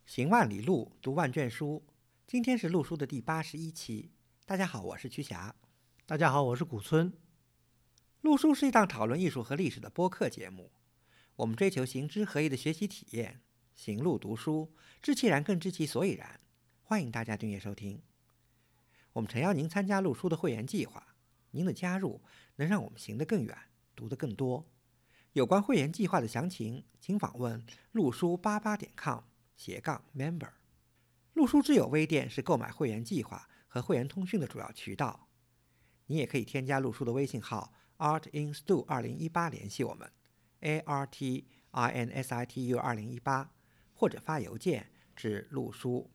行万里路，读万卷书。今天是陆书的第81期。大家好，我是瞿霞。 大家好，我是古村。 陆书是一档讨论艺术和历史的播客节目，我们追求行知合一的学习体验，行路读书，知其然更知其所以然。欢迎大家订阅收听。我们诚邀您参加陆书的会员计划，您的加入能让我们行得更远，读得更多。有关会员计划的详情，请访问陆书88.com/member。陆书之友微店是购买会员计划和会员通讯的主要渠道。你也可以添加陆书的微信号 artinstu2018 联系我们 artinsitu2018，或者发邮件至陆书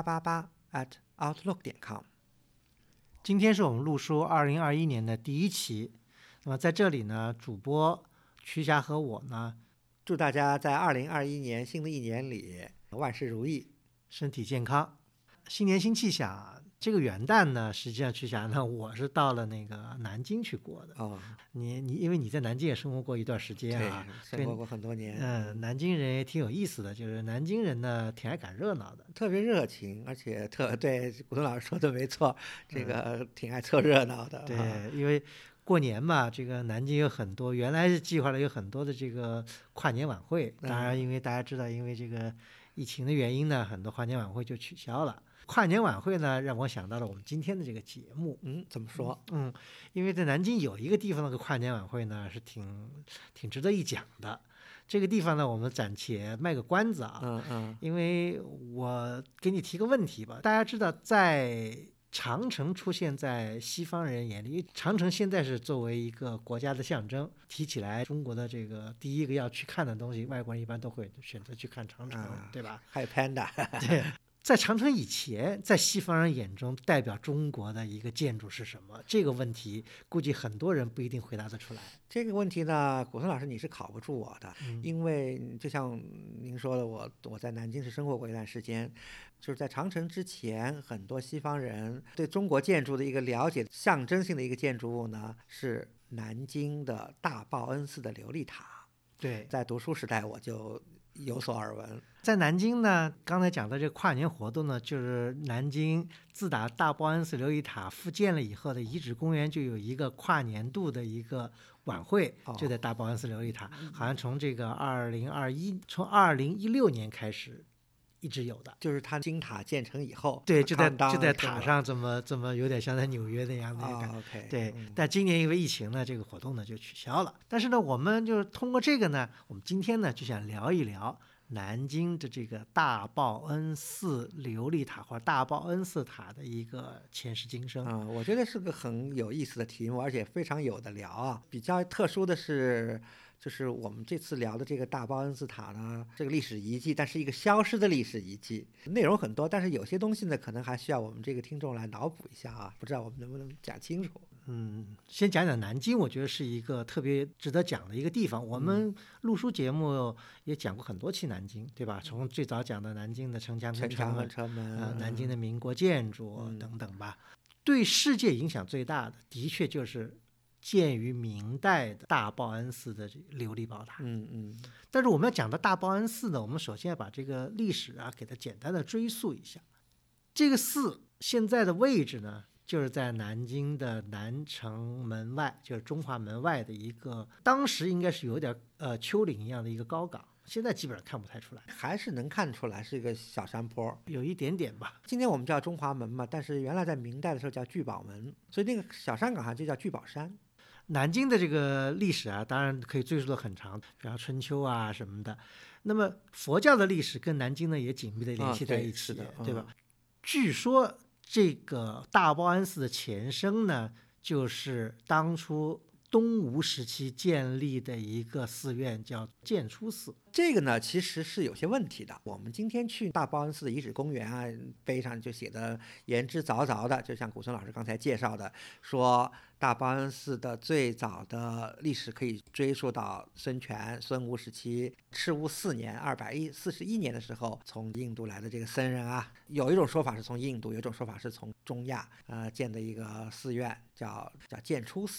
8888@outlook.com。 今天是我们陆书2021年的第1期。那么在这里呢，主播瞿霞和我呢， 祝大家在2021年新的一年里万事如意， 身体健康，新年新气象。这个元旦呢，实际上瞿霞呢，我是到了那个南京去过的。 哦， 你因为你在南京也生活过一段时间啊， 对，生活过很多年。 南京人也挺有意思的，就是南京人呢挺爱赶热闹的， 特别热情，而且对古东老师说的没错，这个挺爱凑热闹的。 对，因为过年嘛，这个南京有很多，原来是计划了有很多的这个跨年晚会，当然因为大家知道，因为这个疫情的原因呢，很多跨年晚会就取消了。跨年晚会呢，让我想到了我们今天的这个节目。 怎么说？ 因为在南京有一个地方那个跨年晚会呢，是挺值得一讲的。这个地方呢，我们暂且卖个关子啊。因为我给你提个问题吧，大家知道在长城出现在西方人眼里，长城现在是作为一个国家的象征，提起来中国的这个第一个要去看的东西，外国人一般都会选择去看长城，对吧？ 还有 Panda。 对。在长城以前，在西方人眼中代表中国的一个建筑是什么？这个问题估计很多人不一定回答得出来。 这个问题呢，古村老师你是考不住我的，因为就像您说的，我在南京是生活过一段时间，就是在长城之前，很多西方人对中国建筑的一个了解，象征性的一个建筑物呢，是南京的大报恩寺的琉璃塔。 对， 在读书时代我就有所耳闻。 在南京呢，刚才讲的这个跨年活动呢，就是南京自打大报恩寺琉璃塔复建了以后的遗址公园就有一个跨年度的一个晚会，就在大报恩寺琉璃塔，好像从这个2016年开始一直有的， 就是它金塔建成以后， 对，就在塔上这么有点像在纽约那样的 ，OK， 对。但今年因为疫情呢，这个活动呢就取消了。但是呢，我们就是通过这个呢，我们今天呢就想聊一聊南京的这个大报恩寺琉璃塔或者大报恩寺塔的一个前世今生。 我觉得是个很有意思的题目，而且非常有的聊啊。比较特殊的是，就是我们这次聊的这个大报恩寺塔呢，这个历史遗迹，但是一个消失的历史遗迹，内容很多，但是有些东西呢，可能还需要我们这个听众来脑补一下啊，不知道我们能不能讲清楚。 先讲讲南京，我觉得是一个特别值得讲的一个地方。我们录书节目也讲过很多期南京，对吧？从最早讲的南京的城墙跟城门， 南京的民国建筑等等吧。对世界影响最大的，的确就是建于明代的大报恩寺的琉璃宝塔。但是我们要讲到大报恩寺呢，我们首先要把这个历史给它简单的追溯一下。这个寺现在的位置呢，就是在南京的南城门外，就是中华门外的一个，当时应该是有点丘陵一样的一个高岗，现在基本上看不太出来， 还是能看出来是一个小山坡， 有一点点吧。 今天我们叫中华门嘛，但是原来在明代的时候叫聚宝门，所以那个小山岗上就叫聚宝山。 南京的这个历史当然可以追溯的很长，比方春秋什么的。那么佛教的历史跟南京呢也紧密的联系在一起，对吧？据说这个大报恩寺的前身呢，就是当初东吴时期建立的一个寺院，叫建初寺。 这个呢其实是有些问题的。我们今天去大报恩寺的遗址公园碑上就写的言之凿凿的，就像古村老师刚才介绍的，说大报恩寺的最早的历史可以追溯到孙权、孙吴时期，赤乌4年241年的时候，从印度来的这个僧人有一种说法是从印度，有一种说法是从中亚建的一个寺院，叫建初寺。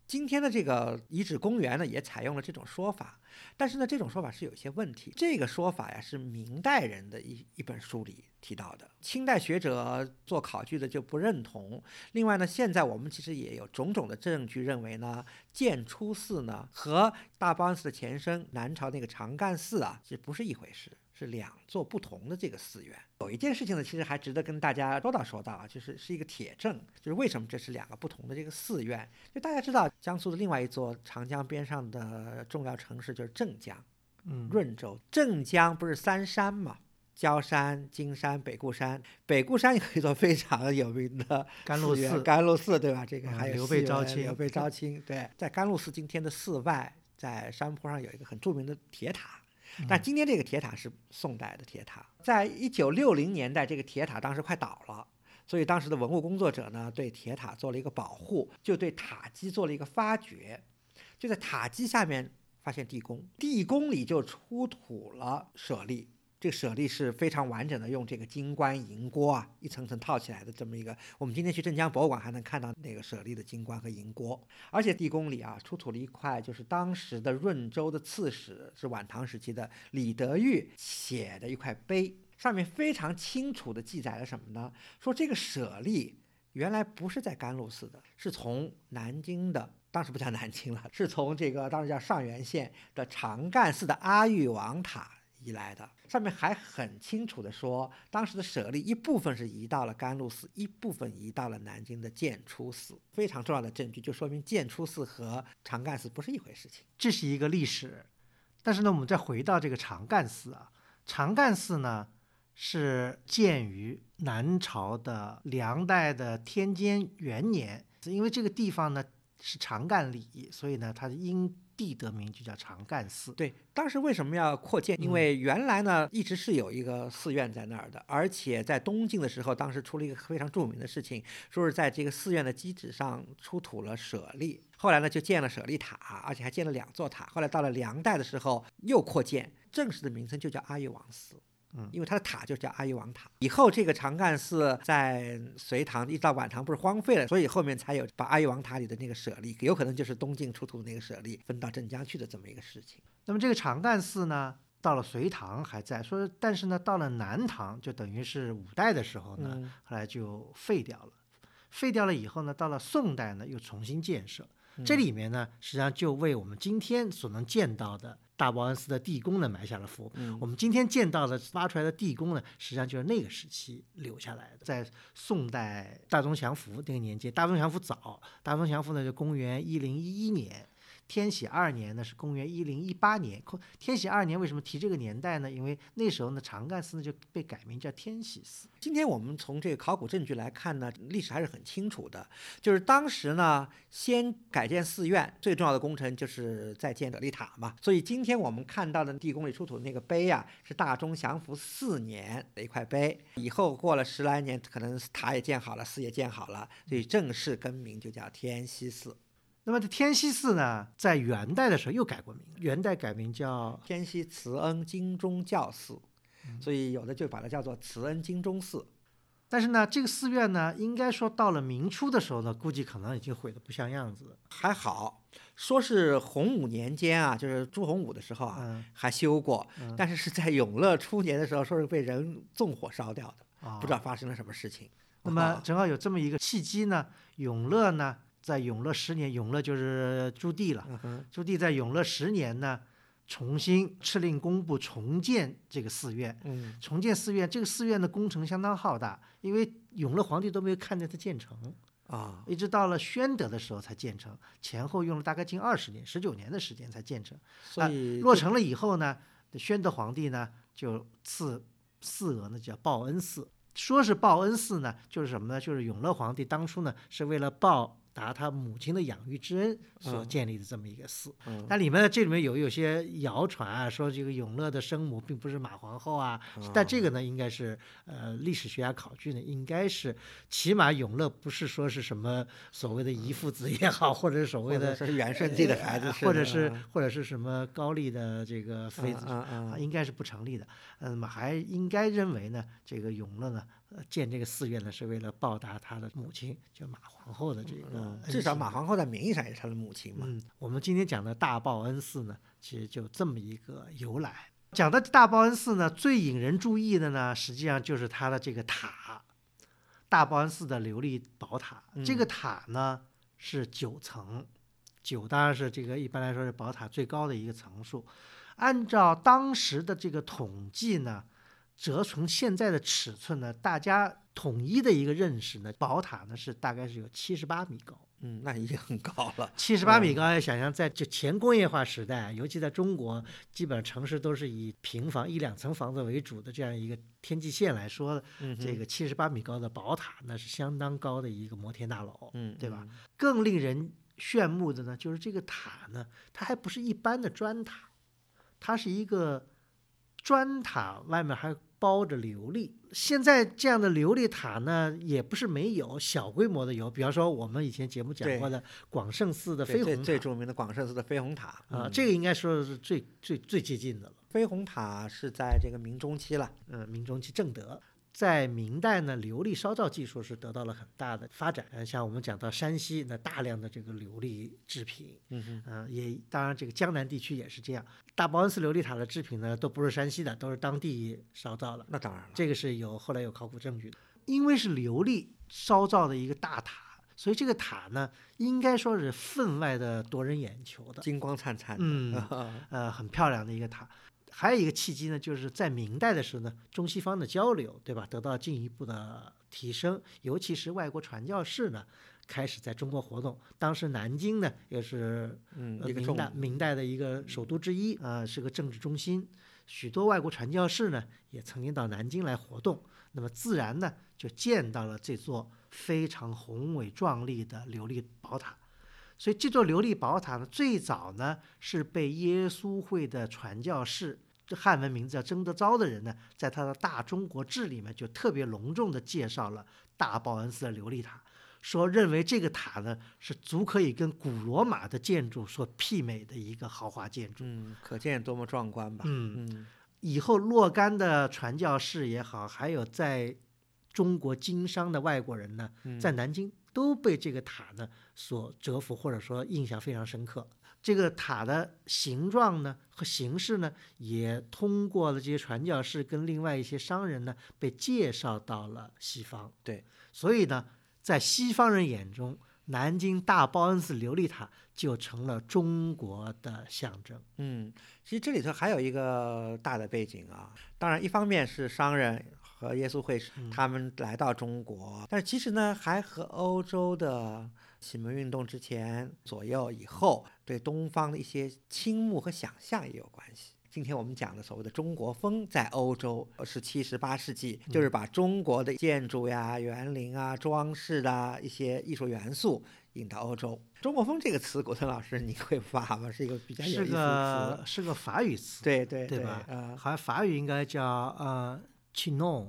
今天的这个遗址公园呢，也采用了这种说法，但是呢，这种说法是有一些问题。这个说法呀，是明代人的一本书里提到的，清代学者做考据的就不认同。另外呢，现在我们其实也有种种的证据认为呢，建初寺呢和大报恩寺的前身南朝那个长干寺啊，其实不是一回事。是两座不同的这个寺院。有一件事情呢，其实还值得跟大家说到啊，是一个铁证，就是为什么这是两个不同的这个寺院。就大家知道，江苏的另外一座长江边上的重要城市就是镇江，润州。镇江不是三山嘛？焦山、金山、北固山。北固山有一座非常有名的甘露寺， 甘露寺对吧？这个还有刘备招亲。 刘备招亲，对，在甘露寺今天的寺外，在山坡上有一个很著名的铁塔。但今天这个铁塔是宋代的铁塔，在1960年代，这个铁塔当时快倒了，所以当时的文物工作者呢，对铁塔做了一个保护，就对塔基做了一个发掘，就在塔基下面发现地宫，地宫里就出土了舍利。这个舍利是非常完整的，用这个金冠银锅啊一层层套起来的这么一个，我们今天去镇江博物馆还能看到那个舍利的金冠和银锅。而且地宫里啊出土了一块就是当时的润州的刺史，是晚唐时期的李德裕写的一块碑，上面非常清楚的记载了什么呢？说这个舍利原来不是在甘露寺的，是从南京的，当时不叫南京了，是从这个当时叫上元县的长干寺的阿育王塔移来的。上面还很清楚地说，当时的舍利一部分是移到了甘露寺，一部分移到了南京的建初寺。非常重要的证据，就说明建初寺和长干寺不是一回事情。 这是一个历史。但是呢，我们再回到这个长干寺啊，长干寺呢是建于南朝的梁代的天监元年，因为这个地方呢是长干里，所以呢它因地得名，就叫长干寺。 对，当时为什么要扩建？因为原来呢一直是有一个寺院在那儿的，而且在东晋的时候，当时出了一个非常著名的事情，说是在这个寺院的基址上出土了舍利。后来呢就建了舍利塔，而且还建了2座塔。后来到了梁代的时候又扩建，正式的名称就叫阿育王寺。因为它的塔就叫阿育王塔。以后这个长干寺在隋唐一直到晚唐不是荒废了，所以后面才有把阿育王塔里的那个舍利，有可能就是东晋出土的那个舍利分到镇江去的这么一个事情。 那么这个长干寺呢，到了隋唐还在说，但是呢到了南唐，就等于是5代的时候呢，后来就废掉了。废掉了以后呢，到了宋代呢又重新建设。这里面呢实际上就为我们今天所能见到的大报恩寺的地宫呢埋下了伏。我们今天见到的挖出来的地宫呢，实际上就是那个时期留下来的。在宋代大宗祥符那个年间，大宗祥符早，大宗祥符呢就公元1011年，天禧2年呢是公元1018年。天禧2年为什么提这个年代呢？因为那时候呢长干寺呢就被改名叫天禧寺。 今天我们从这个考古证据来看呢，历史还是很清楚的。就是当时呢，先改建寺院，最重要的工程就是在建舍利塔嘛。所以今天我们看到的地宫里出土的那个碑啊，是大中祥符4年的一块碑。以后过了10来年，可能塔也建好了，寺也建好了，所以正式更名就叫天禧寺。 那么这天禧寺呢，在元代的时候又改过名，元代改名叫天禧慈恩金钟教寺，所以有的就把它叫做慈恩金钟寺。 但是呢，这个寺院呢，应该说到了明初的时候呢，估计可能已经毁得不像样子了。 还好，说是洪武年间啊，就是朱洪武的时候啊，还修过，但是是在永乐初年的时候，说是被人纵火烧掉的，不知道发生了什么事情。 那么正好有这么一个契机呢，永乐呢，在永乐10年，永乐就是朱棣了，朱棣在永乐10年呢，重新敕令工部重建这个寺院。重建寺院，这个寺院的工程相当浩大，因为永乐皇帝都没有看见它建成啊，一直到了宣德的时候才建成，前后用了大概近20年，19年的时间才建成。 所以落成了以后呢，宣德皇帝呢就赐寺额呢叫报恩寺。说是报恩寺呢，就是什么呢？就是永乐皇帝当初呢是为了报答他母亲的养育之恩所建立的这么一个寺。但里面这里面有些谣传啊，说这个永乐的生母并不是马皇后啊，但这个呢应该是历史学家考据呢，应该是起码永乐不是说是什么所谓的遗父子也好，或者是所谓的是元顺帝的孩子， 或者是什么高丽的这个妃子应该是不成立的。那么还应该认为呢，这个永乐呢建这个寺院呢，是为了报答他的母亲，就马皇后的这个至少马皇后在名义上也是他的母亲嘛。 我们今天讲的大报恩寺呢，其实就这么一个由来。讲到大报恩寺呢，最引人注意的呢，实际上就是它的这个塔，大报恩寺的琉璃宝塔。这个塔呢是9层，9当然是这个一般来说是宝塔最高的一个层数。按照当时的这个统计呢，折成现在的尺寸呢，大家统一的一个认识呢，宝塔呢是大概是有78米高。 那已经很高了。 78米高，要想象在这前工业化时代，尤其在中国，基本上城市都是以平房1、2层房子为主的这样一个天际线来说，这个78米高的宝塔，那是相当高的一个摩天大楼，对吧？更令人炫目的呢，就是这个塔呢，它还不是一般的砖塔，它是一个砖塔，外面还包着琉璃。现在这样的琉璃塔呢，也不是没有，小规模的有，比方说我们以前节目讲过的广胜寺的飞鸿塔， 最著名的广胜寺的飞鸿塔这个应该说是最接近的了。 飞鸿塔是在这个明中期了， 明中期正德。在明代呢，琉璃烧造技术是得到了很大的发展。像我们讲到山西那大量的这个琉璃制品，也当然这个江南地区也是这样。大报恩寺琉璃塔的制品呢，都不是山西的，都是当地烧造的。 那当然了， 这个是后来有考古证据的。因为是琉璃烧造的一个大塔，所以这个塔呢，应该说是分外的夺人眼球的， 金光灿灿的， 很漂亮的一个塔。还有一个契机呢，就是在明代的时候呢，中西方的交流，对吧，得到进一步的提升，尤其是外国传教士呢开始在中国活动。当时南京呢也是明代的一个首都之一，是个政治中心，许多外国传教士呢也曾经到南京来活动，那么自然呢就见到了这座非常宏伟壮丽的琉璃宝塔。所以这座琉璃宝塔呢，最早呢是被耶稣会的传教士，汉文名字叫曾德昭的人呢，在他的《大中国志》里面就特别隆重地介绍了大报恩寺的琉璃塔，说认为这个塔呢是足可以跟古罗马的建筑所媲美的一个豪华建筑。 可见多么壮观吧。 以后若干的传教士也好，还有在中国经商的外国人呢，在南京都被这个塔呢所折服，或者说印象非常深刻。这个塔的形状呢和形式呢，也通过了这些传教士跟另外一些商人呢，被介绍到了西方。 对， 所以呢，在西方人眼中，南京大报恩寺琉璃塔就成了中国的象征。 其实这里头还有一个大的背景啊，当然一方面是商人和耶稣会他们来到中国，但是其实呢，还和欧洲的启蒙运动之前左右以后对东方的一些倾慕和想象也有关系。今天我们讲的所谓的中国风，在欧洲17、18世纪，就是把中国的建筑呀、园林啊、装饰的一些艺术元素引到欧洲。中国风这个词，国森老师你会发吗？是一个比较有意思的词， 是个法语词， 对吧？好像法语应该叫chinois，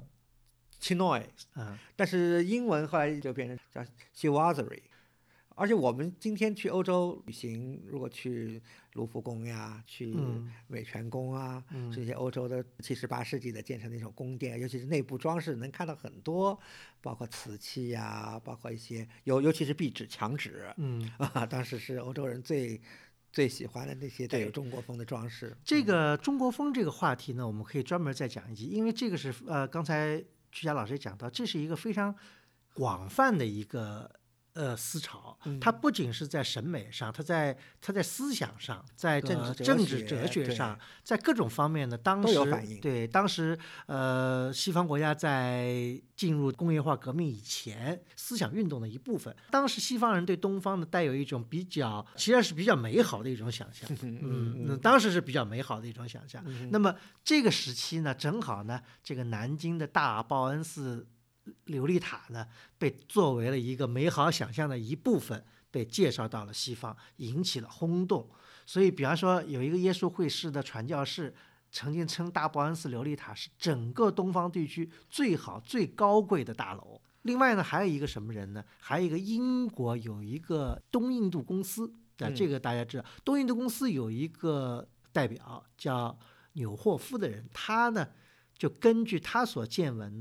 但是英文后来就变成叫 chinoiserie。而且我们今天去欧洲旅行，如果去卢浮宫呀，去美泉宫啊，这些欧洲的17、18世纪的建成那种宫殿，尤其是内部装饰，能看到很多，包括瓷器呀，包括一些尤其是壁纸、墙纸，当时是欧洲人最喜欢的那些带有中国风的装饰。 这个中国风这个话题呢，我们可以专门再讲一集，因为这个是刚才曲霞老师也讲到，这是一个非常广泛的一个思潮，它不仅是在审美上，它在思想上，在政治哲学上，在各种方面呢，当时西方国家在进入工业化革命以前，思想运动的一部分。当时西方人对东方呢带有一种其实是比较美好的一种想象，当时是比较美好的一种想象。那么这个时期呢，正好呢，这个南京的大报恩寺琉璃塔呢，被作为了一个美好想象的一部分，被介绍到了西方，引起了轰动。所以，比方说有一个耶稣会士的传教士，曾经称大报恩寺琉璃塔是整个东方地区最好、最高贵的大楼。另外呢，还有一个什么人呢？还有一个英国有一个东印度公司，这个大家知道，东印度公司有一个代表叫纽霍夫的人，他呢就根据他所见闻呢，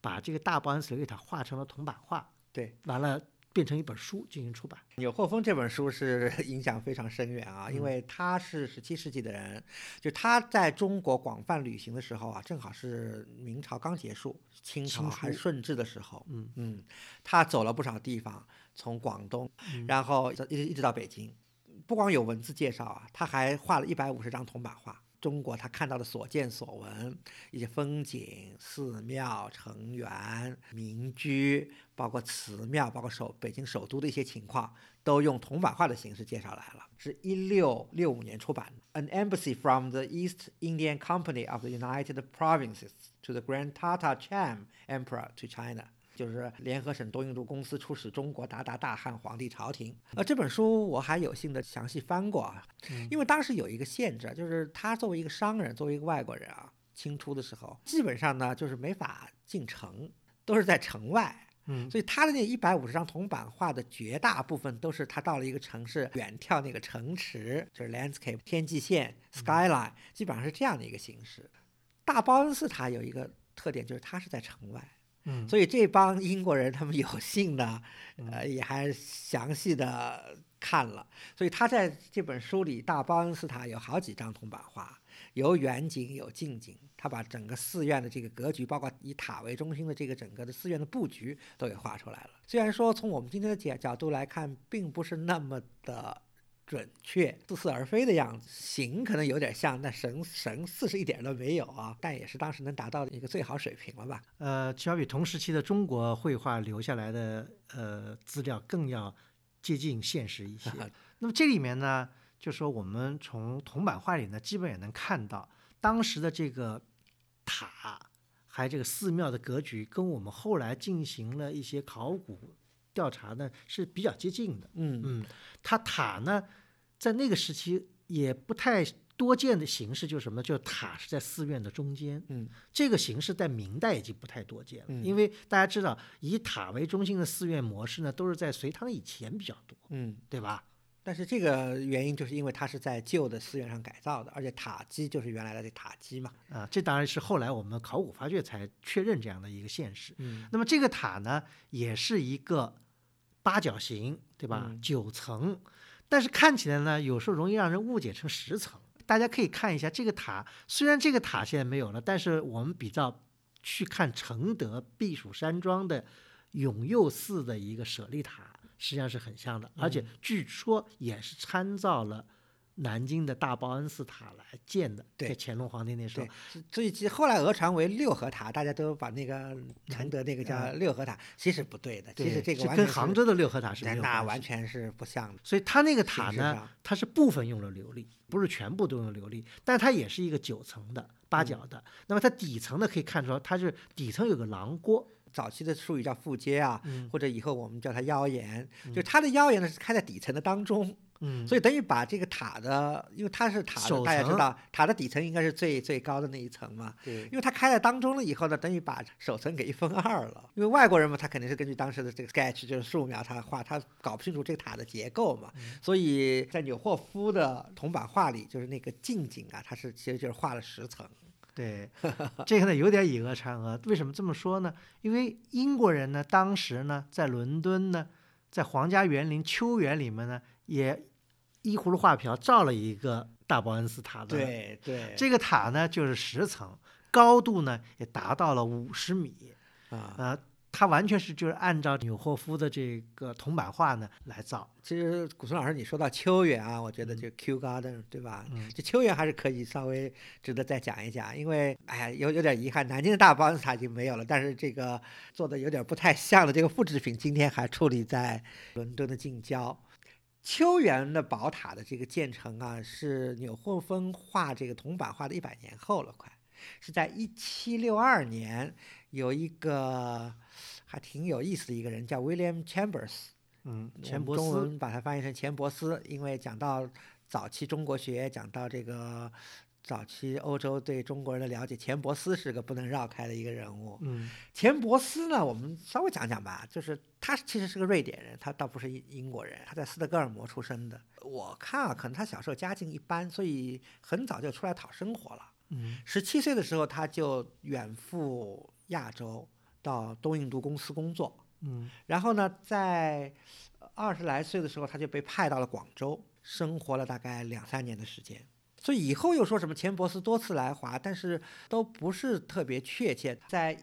把这个大报恩寺琉璃塔画成了铜版画， 对， 完了变成一本书进行出版。 纽霍夫这本书是影响非常深远啊，因为他是17世纪的人，就他在中国广泛旅行的时候啊，正好是明朝刚结束，清朝还顺治的时候，他走了不少地方，从广东，然后一直到北京，不光有文字介绍啊，他还画了150张铜版画。中国他看到的所见所闻，一些风景、寺庙、城园、民居，包括祠庙，包括北京首都的一些情况，都用铜版画的形式介绍来了。是1665年出版的。An embassy from the East Indian Company of the United Provinces to the Grand Tata Cham Emperor to China。就是联合省东印度公司出使中国鞑靼大汉皇帝朝廷。这本书我还有幸的详细翻过啊，因为当时有一个限制，就是他作为一个商人，作为一个外国人啊，清初的时候基本上呢就是没法进城，都是在城外。所以他的那150张铜版画的绝大部分都是他到了一个城市远眺那个城池，就是 landscape 天际线 skyline，基本上是这样的一个形式。大报恩寺塔有一个特点，就是它是在城外。所以这帮英国人他们有幸呢，也还详细的看了。所以他在这本书里，大报恩寺塔有好几张铜版画，有远景有近景，他把整个寺院的这个格局，包括以塔为中心的这个整个的寺院的布局都给画出来了。虽然说从我们今天的角度来看，并不是那么的准确，似是而非的样子，形可能有点像，但神似是一点都没有啊，但也是当时能达到的一个最好水平了吧。 相比同时期的中国绘画留下来的资料更要接近现实一些。那么这里面呢，就说我们从铜版画里呢，基本也能看到当时的这个塔还有这个寺庙的格局，跟我们后来进行了一些考古调查呢是比较接近的。它塔呢在那个时期也不太多见的形式，就是什么？就是塔是在寺院的中间。这个形式在明代已经不太多见了，因为大家知道以塔为中心的寺院模式呢，都是在隋唐以前比较多，对吧？ 但是这个原因就是因为它是在旧的寺院上改造的，而且塔基就是原来的塔基嘛。 这当然是后来我们考古发掘才确认这样的一个现实。那么这个塔呢，也是一个八角形，对吧？9层。但是看起来呢，有时候容易让人误解成10层。大家可以看一下这个塔，虽然这个塔现在没有了，但是我们比照去看承德避暑山庄的永佑寺的一个舍利塔，实际上是很像的，而且据说也是参照了南京的大报恩寺塔来建的，在乾隆皇帝那时候。 所以后来讹传为六合塔，大家都把那个承德那个叫六合塔，其实不对的。其实这个完全跟杭州的六合塔是没有关系， 那完全是不像的。 所以它那个塔呢，它是部分用了琉璃，不是全部都用琉璃，但它也是一个9层的八角的。那么它底层呢，可以看出它是底层有个廊锅。 早期的术语叫腹阶啊，或者以后我们叫它腰檐，就它的腰檐呢是开在底层的当中。所以等于把这个塔的，因为它是塔的，大家知道塔的底层应该是最高的那一层嘛。因为它开在当中了以后呢，等于把首层给1分2了。因为外国人嘛，他肯定是根据当时的这个 sketch 就是素描，他画，他搞不清楚这个塔的结构嘛。所以在纽霍夫的铜版画里，就是那个近景啊，它其实就是画了10层。 对，这个呢有点以讹传讹。为什么这么说呢？因为英国人呢，当时呢在伦敦呢，在皇家园林秋园里面呢，也依葫芦画瓢造了一个大报恩寺塔的。 对， 这个塔呢就是10层，高度呢也达到了50米。它完全是就是按照纽霍夫的这个铜版画呢来造。 其实古松老师你说到秋园啊，我觉得就 Kew Garden 对吧？这秋园还是可以稍微值得再讲一讲，因为有点遗憾，南京的大报恩寺塔已经没有了，但是这个做的有点不太像的这个复制品，今天还矗立在伦敦的近郊。秋园的宝塔的这个建成啊，是纽霍夫画这个铜版画的100年后了，快是在1762年，有一个还挺有意思的一个人叫 William Chambers， 钱伯斯， 中文把它翻译成钱伯斯，因为讲到早期中国学，讲到这个早期欧洲对中国人的了解，钱伯斯是个不能绕开的一个人物。钱伯斯呢，我们稍微讲讲吧，就是他其实是个瑞典人，他倒不是英国人，他在斯德哥尔摩出生的。我看啊，可能他小时候家境一般，所以很早就出来讨生活了。17岁的时候他就远赴亚洲， 到东印度公司工作。然后呢，在20来岁的时候，他就被派到了广州，生活了大概2-3年的时间。所以以后又说什么钱伯斯多次来华，但是都不是特别确切。在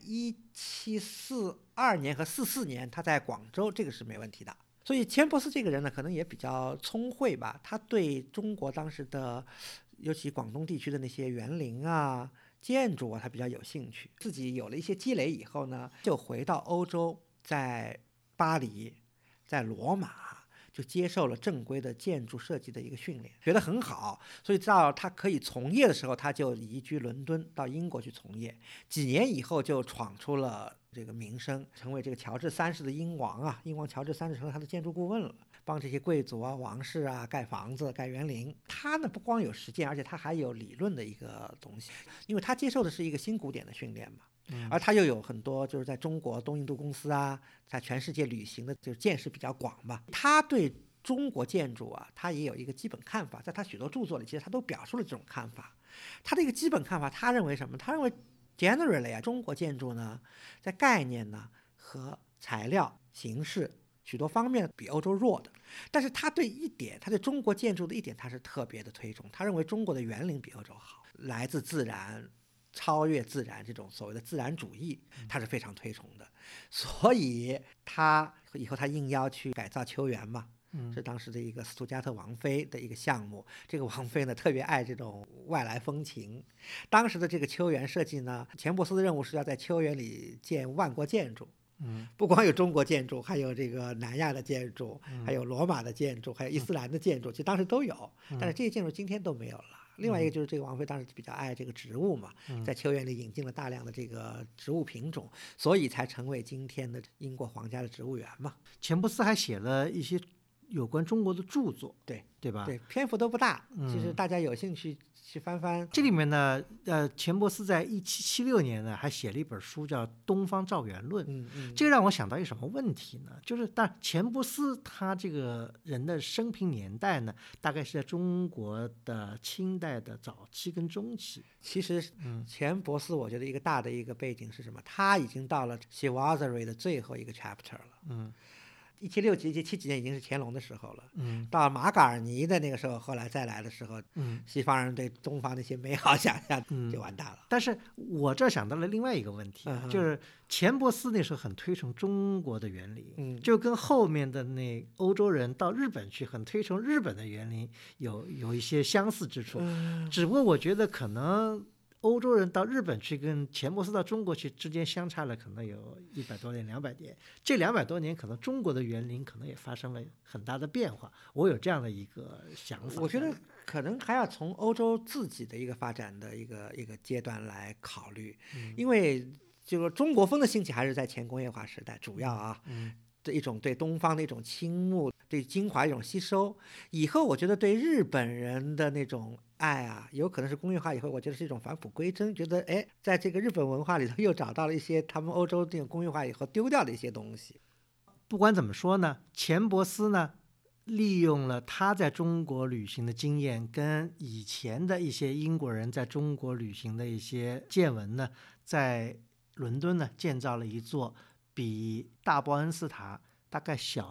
1742年和44年，他在广州，这个是没问题的。所以钱伯斯这个人呢，可能也比较聪慧吧，他对中国当时的，尤其广东地区的那些园林啊、建筑啊，他比较有兴趣。自己有了一些积累以后呢，就回到欧洲，在巴黎，在罗马，就接受了正规的建筑设计的一个训练，学得很好。所以到他可以从业的时候，他就移居伦敦，到英国去从业。几年以后就闯出了这个名声，成为这个乔治3世的英王啊，英王乔治3世成了他的建筑顾问了，帮这些贵族啊、王室啊盖房子、盖园林。他呢不光有实践，而且他还有理论的一个东西，因为他接受的是一个新古典的训练嘛。而他又有很多就是在中国东印度公司啊，在全世界旅行的，就是见识比较广嘛。他对中国建筑啊，他也有一个基本看法，在他许多著作里，其实他都表述了这种看法。他的一个基本看法，他认为什么？他认为 generally 啊，中国建筑呢，在概念呢和材料、形式许多方面比欧洲弱的。但是他对一点，他对中国建筑的一点，他是特别的推崇。他认为中国的园林比欧洲好，来自自然。超越自然这种所谓的自然主义，他是非常推崇的。所以他以后他应邀去改造秋园嘛，是当时的一个斯图加特王妃的一个项目。这个王妃呢特别爱这种外来风情。当时的这个秋园设计呢，钱伯斯的任务是要在秋园里建万国建筑。不光有中国建筑，还有这个南亚的建筑，还有罗马的建筑，还有伊斯兰的建筑，其实当时都有。但是这些建筑今天都没有了。另外一个就是这个王妃当时比较爱这个植物嘛，在秋园里引进了大量的这个植物品种，所以才成为今天的英国皇家的植物园嘛。 钱伯斯还写了一些有关中国的著作，对吧？ 对，篇幅都不大，其实大家有兴趣去翻翻。 这里面呢，钱伯斯在1776年呢还写了一本书叫《东方造园论》。这个让我想到一个什么问题呢？就是但钱伯斯他这个人的生平年代呢，大概是在中国的清代的早期跟中期。 其实钱伯斯我觉得一个大的一个背景是什么？他已经到了 Chevalier 的最后一个 chapter 了。1760、1770年已经是乾隆的时候了。到马嘎尔尼的那个时候，后来再来的时候，西方人对东方那些美好想象就完蛋了。 但是我这想到了另外一个问题，就是钱伯斯那时候很推崇中国的园林，就跟后面的那欧洲人到日本去很推崇日本的园林有一些相似之处。只不过我觉得可能欧洲人到日本去跟钱伯斯到中国去之间相差了可能有100多年、200年。这200多年，可能中国的园林可能也发生了很大的变化。我有这样的一个想法。 我觉得可能还要从欧洲自己的一个发展的一个阶段来考虑，因为这个中国风的兴起还是在前工业化时代，主要啊。的一种对东方的一种倾慕，对精华一种吸收。以后我觉得对日本人的那种爱啊，有可能是工业化以后，我觉得是一种返璞归真，觉得在这个日本文化里头又找到了一些他们欧洲这种工业化以后丢掉的一些东西。 不管怎么说呢，钱伯斯呢利用了他在中国旅行的经验，跟以前的一些英国人在中国旅行的一些见闻呢，在伦敦呢建造了一座比大报恩寺塔大概小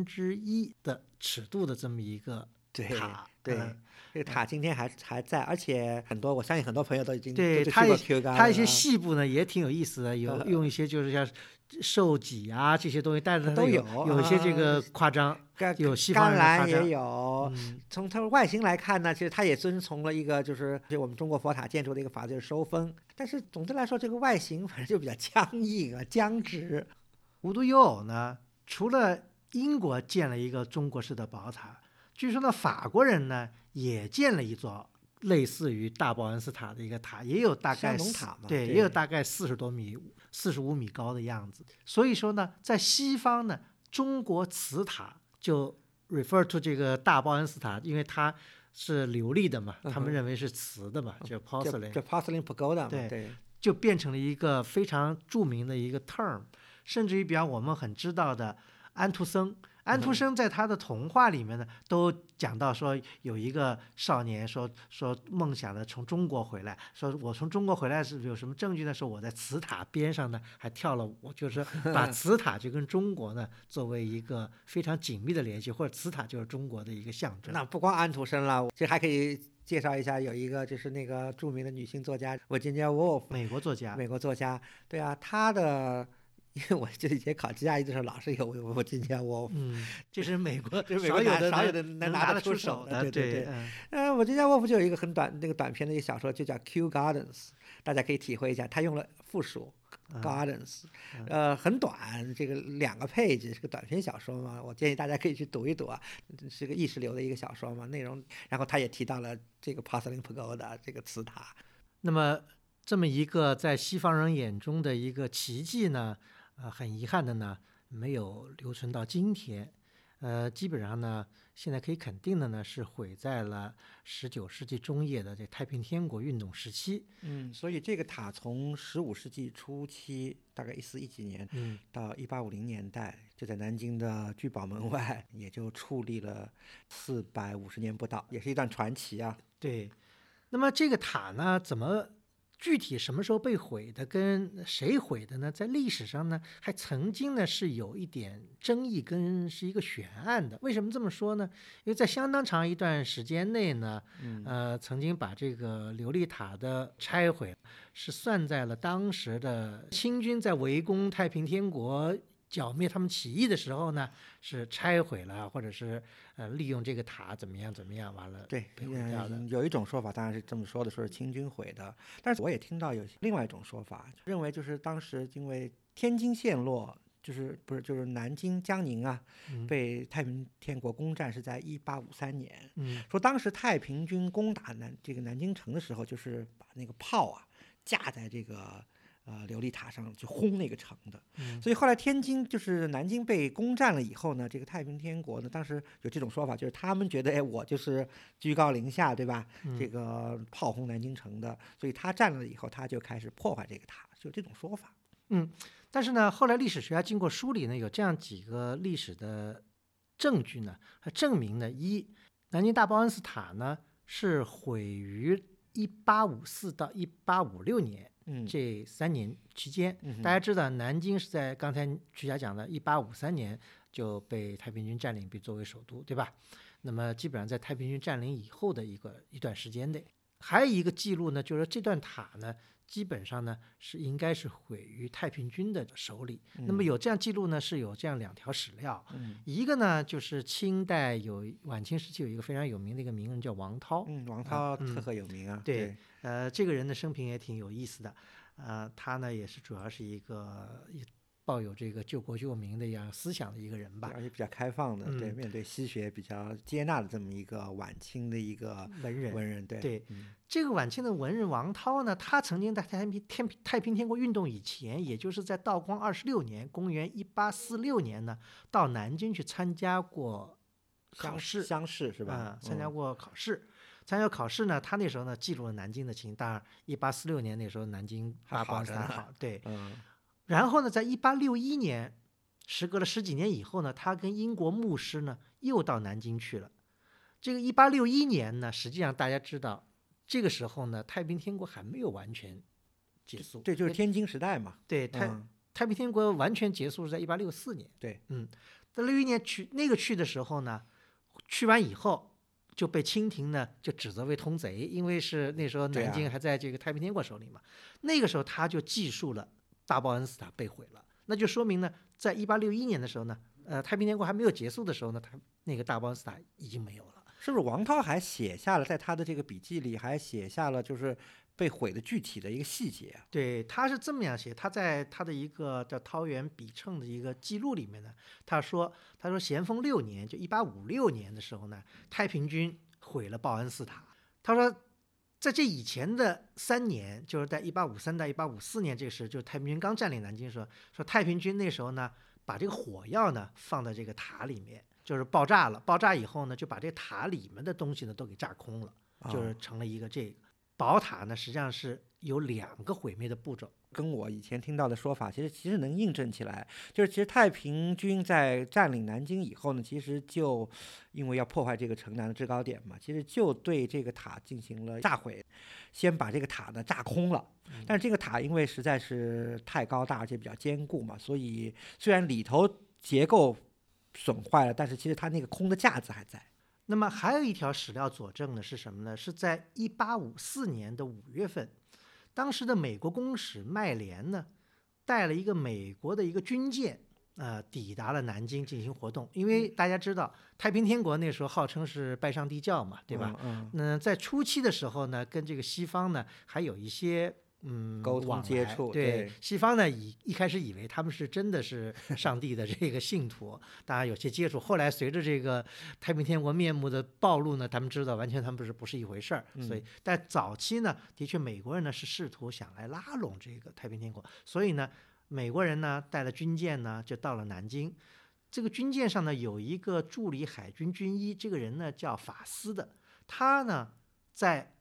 1/3的尺度的这么一个塔。 对，这个塔今天还在，而且我相信很多朋友都已经对去过 Q 冈了。 它一些细部呢也挺有意思的，用一些就是像兽脊啊这些东西，但是都有一些这个夸张，有西方人的夸张。 甘蓝也有。从它外形来看呢，其实它也遵从了一个就是我们中国佛塔建筑的一个法则，就是收风。但是总的来说，这个外形反正就比较僵硬啊、僵直。 无独有偶呢，除了英国建了一个中国式的宝塔，据说呢法国人呢也建了一座类似于大报恩寺塔的一个塔，也有大概对， 也有大概40多米、45米高的样子。所以说呢，在西方呢，中国瓷塔就 refer to 这个大报恩寺塔，因为它是琉璃的嘛，他们认为是瓷的嘛，叫 porcelain pagoda 嘛，对， 就变成了一个非常著名的一个 term。甚至于比方我们很知道的安徒生安徒生在他的童话里面呢，都讲到说有一个少年说梦想的从中国回来，说我从中国回来是有什么证据呢？说我在瓷塔边上呢还跳了舞，就是把瓷塔就跟中国呢作为一个非常紧密的联系，或者瓷塔就是中国的一个象征。 那不光安徒生了，这还可以介绍一下，有一个就是那个著名的女性作家Virginia Woolf， 美国作家， 对啊，她的。因为我这以前考 GRE 的时候，老是有我今天这是美国少有的能拿得出手的， 对。我今天沃夫就有一个很短短篇的一个小说，就叫 Kew Gardens， 大家可以体会一下，他用了复数 Gardens，很短，这个2个page，是个短篇小说嘛，我建议大家可以去读一读啊，是个意识流的一个小说嘛，内容。然后他也提到了这个 Porcelain Pagoda 这个瓷塔。 那么这么一个在西方人眼中的一个奇迹呢？很遗憾的呢，没有留存到今天。基本上呢，现在可以肯定的呢，是毁在了19世纪中叶的这太平天国运动时期。 所以这个塔从15世纪初期，大概14、17年，到1850年代，就在南京的聚宝门外，也就矗立了450年不到，也是一段传奇啊。 对，那么这个塔呢，具体什么时候被毁的，跟谁毁的呢？在历史上呢，还曾经呢是有一点争议，跟是一个悬案的。为什么这么说呢？因为在相当长一段时间内呢，曾经把这个琉璃塔的拆毁，是算在了当时的清军在围攻太平天国剿灭他们起义的时候呢，是拆毁了，或者是利用这个塔怎么样完了对被毁掉的。 有一种说法当然是这么说的，说是清军毁的，但是我也听到有另外一种说法，认为就是当时因为天津陷落，就是南京江宁啊，被太平天国攻占是在1853年，说当时太平军攻打这个南京城的时候，就是把那个炮啊架在这个琉璃塔上去轰那个城的，所以后来就是南京被攻占了以后呢，这个太平天国呢，当时有这种说法，就是他们觉得，我就是居高临下，对吧？这个炮轰南京城的，所以他占了以后，他就开始破坏这个塔，就这种说法。 但是呢，后来历史学家经过梳理呢，有这样几个历史的证据呢，证明呢，南京大报恩寺塔呢是毁于1854到1856年。这3年期间，大家知道南京是在刚才曲家讲的1853年就被太平军占领，并作为首都，对吧？那么基本上在太平军占领以后的一段时间内，还有一个记录呢，就是这段塔呢，基本上呢应该是毁于太平军的手里。那么有这样记录呢，是有这样2条史料，一个呢就是清代晚清时期有一个非常有名的一个名人叫王涛， 王涛特有名啊。 对，这个人的生平也挺有意思的，他呢也是主要是一个抱有这个救国救民的样思想的一个人吧， 而且比较开放的，对，面对西学比较接纳的这么一个晚清的一个文人，对。 这个晚清的文人王涛呢，他曾经在太平天国运动以前，也就是在道光26年，公元1846年呢，到南京去参加过考试， 乡试是吧？ 参加过考试。参加考试呢，他那时候呢记录了南京的情，当然1846年那时候南京大报恩寺好，对，然后呢，在1861年，时隔了10几年以后呢，他跟英国牧师呢又到南京去了。这个1861年呢，实际上大家知道，这个时候呢，太平天国还没有完全结束， 对，就是天津时代嘛。 对，太平天国完全结束是在1864年。 对， 在61年去的时候呢，去完以后。就被清廷呢就指责为通贼，因为是那时候南京还在这个太平天国手里嘛。那个时候他就记述了大报恩寺塔被毁了，那就说明呢，在1861年的时候呢，太平天国还没有结束的时候呢，他那个大报恩寺塔已经没有了。 是不是王涛还写下了在他的这个笔记里还写下了就是被毁的具体的一个细节？ 对，他是这么样写，他在他的一个叫《桃园笔称》的一个记录里面呢，他说咸丰6年，就1856年的时候呢，太平军毁了报恩寺塔。他说在这以前的3年，就是在1853到1854年这个时候，就是太平军刚占领南京的时候，说太平军那时候呢把这个火药呢放在这个塔里面，就是爆炸了，爆炸以后呢就把这个塔里面的东西呢都给炸空了，就是成了一个这个宝塔呢，实际上是有2个毁灭的步骤。 跟我以前听到的说法其实能印证起来，就是其实太平军在占领南京以后呢，其实就因为要破坏这个城南的制高点嘛，其实就对这个塔进行了炸毁，先把这个塔呢炸空了。但是这个塔因为实在是太高大而且比较坚固嘛，所以虽然里头结构损坏了，但是其实它那个空的架子还在。 那么还有一条史料佐证的是什么呢？是在1854年的5月份，当时的美国公使麦连呢，带了一个美国的一个军舰，抵达了南京进行活动。因为大家知道，太平天国那时候号称是拜上帝教嘛，对吧？在初期的时候呢，跟这个西方呢还有一些沟通接触。 对，西方呢一开始以为他们是真的是上帝的这个信徒，当然有些接触。后来随着这个太平天国面目的暴露呢，他们知道完全他们不是一回事儿。所以在早期呢，的确美国人呢是试图想来拉拢这个太平天国，所以呢美国人呢带了军舰呢就到了南京。这个军舰上呢有一个助理海军军医，这个人呢叫法斯的，他呢在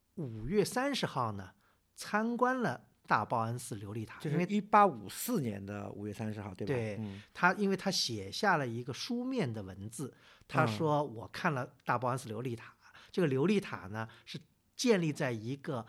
5月30号呢参观了大报恩寺琉璃塔， 就是1854年的5月30号，对吧？ 对，因为他写下了一个书面的文字，他说我看了大报恩寺琉璃塔，这个琉璃塔呢是建立在一个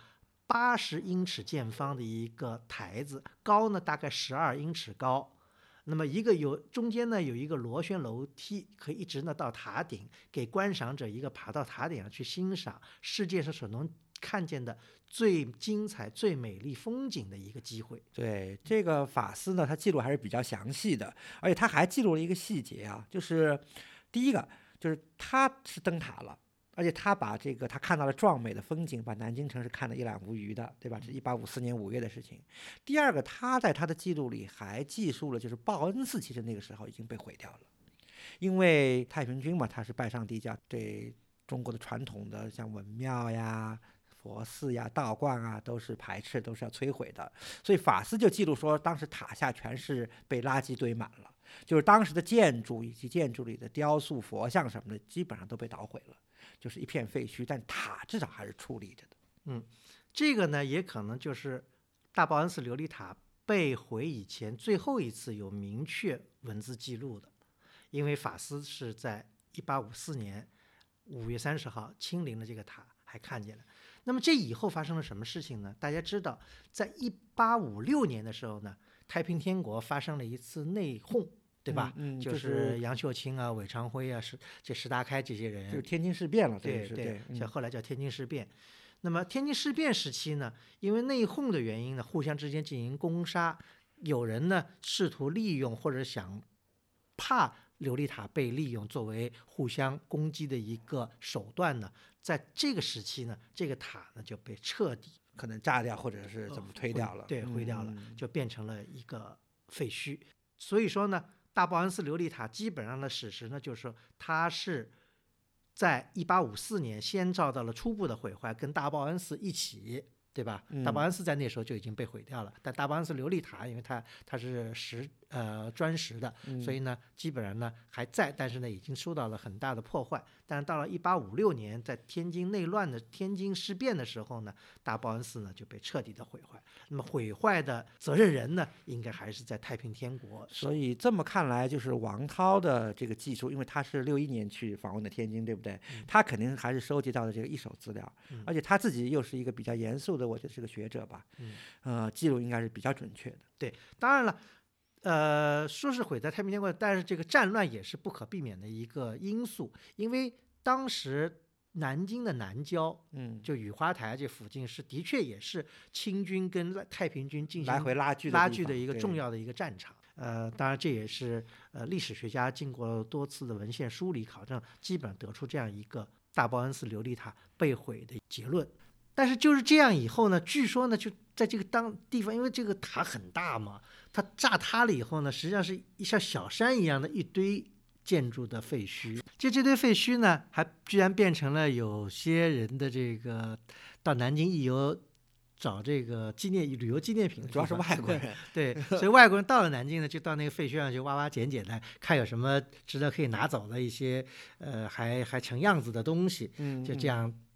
80英尺见方的一个台子，高呢大概12英尺高。那么中间呢有一个螺旋楼梯，可以一直呢到塔顶，给观赏者一个爬到塔顶上去欣赏世界上所能看见的最精彩、最美丽风景的一个机会。 对，这个法斯呢，他记录还是比较详细的，而且他还记录了一个细节啊，就是第一个就是他是登塔了，而且他把这个他看到了壮美的风景，把南京城是看得一览无余的，对吧？这是1854年5月的事情。第二个，他在他的记录里还记述了，就是报恩寺其实那个时候已经被毁掉了，因为太平军嘛，他是拜上帝教，对中国的传统的像文庙呀、佛寺呀、道观啊都是排斥，都是要摧毁的。所以法斯就记录说，当时塔下全是被垃圾堆满了，就是当时的建筑以及建筑里的雕塑、佛像什么的，基本上都被捣毁了，就是一片废墟。但塔至少还是矗立着的。 这个呢，也可能就是大报恩寺琉璃塔被毁以前最后一次有明确文字记录的，因为法斯是在1854年5月30号亲临了这个塔，还看见了。那么这以后发生了什么事情呢？大家知道，在1856年的时候呢，太平天国发生了一次内讧，对吧？就是杨秀清啊、韦昌辉啊、石达开这些人， 就是天津事变了。 对，后来叫天津事变。那么天津事变时期呢，因为内讧的原因呢，互相之间进行攻杀，有人呢试图利用或者怕琉璃塔被利用作为互相攻击的一个手段呢，在这个时期呢，这个塔呢就被彻底可能炸掉或者是怎么推掉了， 对，毁掉了，就变成了一个废墟。所以说呢，大报恩寺琉璃塔基本上的史实呢，就是说它是在1854年先遭到了初步的毁坏，跟大报恩寺一起，对吧？大报恩寺在那时候就已经被毁掉了，但大报恩寺琉璃塔因为它是砖石的，所以呢基本上呢还在，但是呢已经受到了很大的破坏。但是到了1856年，在天津内乱的天津事变的时候呢，大报恩寺呢就被彻底的毁坏。那么毁坏的责任人呢，应该还是在太平天国。 所以这么看来，就是王涛的这个技术，因为他是61年去访问的天津，对不对？他肯定还是收集到的这个一手资料，而且他自己又是一个比较严肃的，我觉得是个学者吧，记录应该是比较准确的。 对，当然了，说是毁在太平天国，但是这个战乱也是不可避免的一个因素，因为当时南京的南郊，就雨花台这附近的确也是清军跟太平军进行来回拉锯的一个重要的一个战场。当然这也是历史学家经过多次的文献梳理考证，基本得出这样一个大报恩寺琉璃塔被毁的结论。但是就是这样以后呢，据说呢就在这个地方，因为这个塔很大嘛，它炸塌了以后呢，实际上是像小山一样的一堆建筑的废墟。这堆废墟呢，还居然变成了有些人的这个到南京一游找这个旅游纪念品， 主要是外国人。 对，所以外国人到了南京呢，就到那个废墟上去挖捡的，看有什么值得可以拿走的一些还成样子的东西，就这样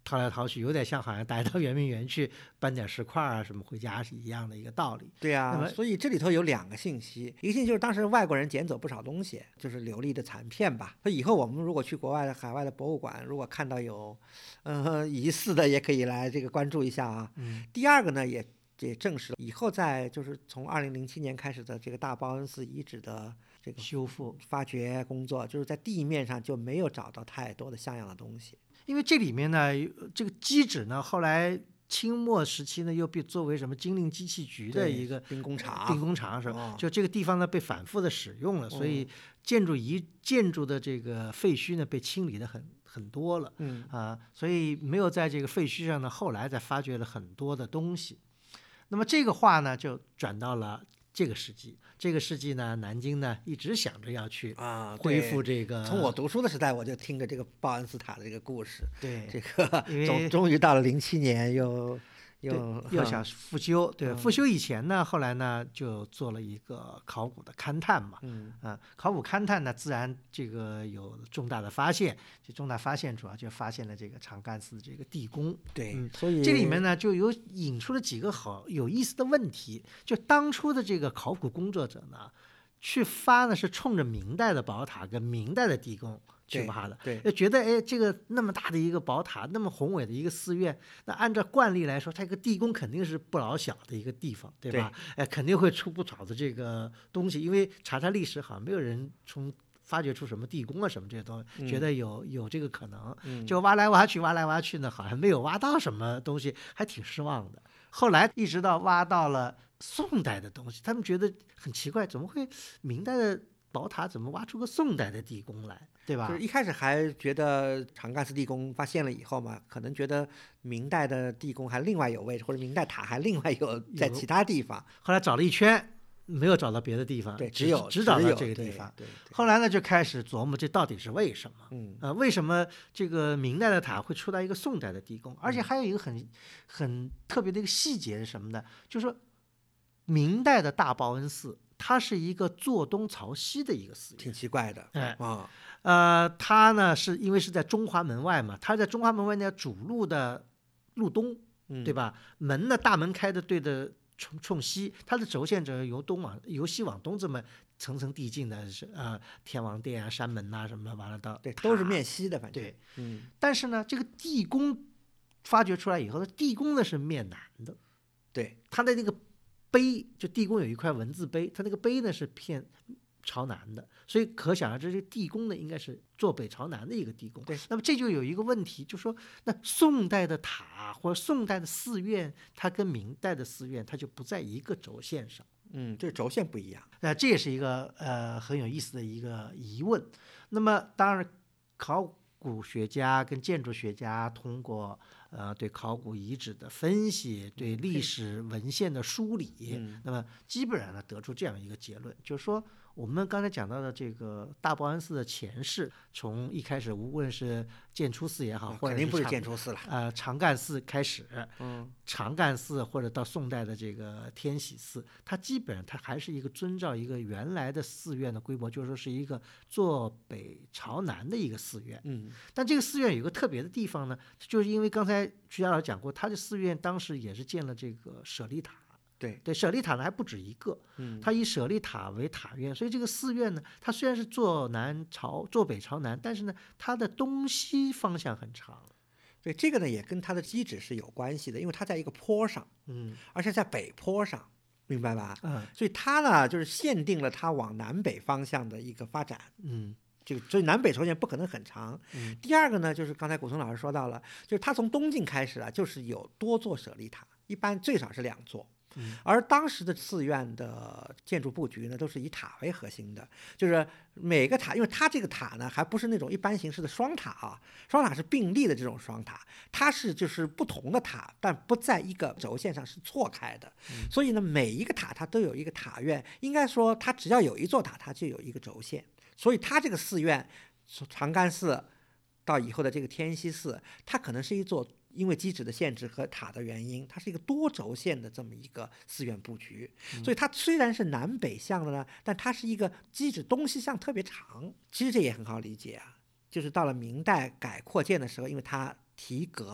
掏来掏去，有点像好像大家到圆明园去搬点石块啊什么回家是一样的一个道理。 对啊，所以这里头有2个信息，一个信息就是当时外国人捡走不少东西，就是琉璃的残片吧。所以以后我们如果去国外的海外的博物馆，如果看到有疑似的，也可以来这个关注一下啊。第二个呢，也证实了以后在就是从2007年开始的这个大报恩寺遗址的这个修复发掘工作，就是在地面上就没有找到太多的像样的东西。 因为这里面呢，这个基址呢，后来清末时期呢，又被作为什么金陵机器局的一个兵工厂是吧？就这个地方呢被反复的使用了，所以建筑的这个废墟呢被清理的很多了，所以没有在这个废墟上呢，后来再发掘了很多的东西。那么这个话呢，就转到了这个世纪呢，南京呢一直想着要去恢复这个。 从我读书的时代，我就听着这个报恩寺塔的这个故事。 对， 这个终于到了07年又想复修。对，复修以前呢，后来呢就做了一个考古的勘探嘛。考古勘探呢，自然这个有重大的发现。这重大发现主要就发现了这个长干寺这个地宫。 对，所以这里面呢就有引出了几个好有意思的问题。就当初的这个考古工作者呢，去发呢是冲着明代的宝塔跟明代的地宫去挖的， 对， 就觉得这个那么大的一个宝塔，那么宏伟的一个寺院，那按照惯例来说，它这个地宫肯定是不老小的一个地方，对吧？肯定会出不少的这个东西，因为查历史好像没有人发掘出什么地宫啊什么这些东西，觉得有这个可能，就挖来挖去呢，好像没有挖到什么东西，还挺失望的。后来一直到挖到了宋代的东西，他们觉得很奇怪，怎么会明代的宝塔怎么挖出个宋代的地宫来，对吧？ 就是一开始还觉得长干寺地宫发现了以后嘛，可能觉得明代的地宫还另外有位置，或者明代塔还另外有在其他地方。 后来找了一圈，没有找到别的地方， 对， 只找到这个地方。 对， 后来呢，就开始琢磨这到底是为什么？为什么这个明代的塔会出来一个宋代的地宫？而且还有一个很特别的一个细节是什么呢？就是说明代的大报恩寺，它是一个坐东朝西的一个寺院， 挺奇怪的。 它呢是因为是在中华门外嘛，它在中华门外呢主路的路东，对吧？门呢大门开的对着冲西，它的轴线则由西往东这么层层递进的，天王殿啊、山门啊什么的，完了到对都是面西的，反正对，但是呢，这个地宫发掘出来以后，地宫呢是面南的， 对， 它的那个碑，就地宫有一块文字碑，它那个碑呢是偏朝南的，所以可想而知，这地宫呢应该是坐北朝南的一个地宫。 对， 那么这就有一个问题，就说那宋代的塔或者宋代的寺院，它跟明代的寺院，它就不在一个轴线上。 这轴线不一样。 这也是一个很有意思的一个疑问。那么当然，考古学家跟建筑学家通过对考古遗址的分析，对历史文献的梳理，那么基本上呢得出这样一个结论，就是说我们刚才讲到的这个大报恩寺的前世，从一开始无论是建初寺也好，或者肯定不是建初寺了， 长干寺开始，长干寺或者到宋代的这个天喜寺，它基本上它还是一个遵照一个原来的寺院的规模，就是说是一个坐北朝南的一个寺院。但这个寺院有一个特别的地方呢，就是因为刚才徐家老师讲过，他的寺院当时也是建了这个舍利塔。对，舍利塔呢还不止一个，它以舍利塔为塔院，所以这个寺院呢，它虽然是坐北朝南，但是呢，它的东西方向很长。 对，这个呢也跟它的基址是有关系的，因为它在一个坡上，而且在北坡上，明白吧？所以它呢就是限定了它往南北方向的一个发展。所以南北轴线不可能很长。第二个呢，就是刚才古松老师说到了，就是它从东晋开始就是有多座舍利塔，一般最少是2座。而当时的寺院的建筑布局呢，都是以塔为核心的，就是每个塔，因为它这个塔呢，还不是那种一般形式的双塔啊，双塔是并立的这种双塔，它是就是不同的塔，但不在一个轴线上是错开的，所以呢，每一个塔它都有一个塔院，应该说它只要有一座塔，它就有一个轴线，所以它这个寺院，长干寺到以后的这个天溪寺，它可能是一座。因为基址的限制和塔的原因，它是一个多轴线的这么一个寺院布局，所以它虽然是南北向的呢，但它是一个基址东西向特别长。其实这也很好理解啊，就是到了明代改扩建的时候，因为它提格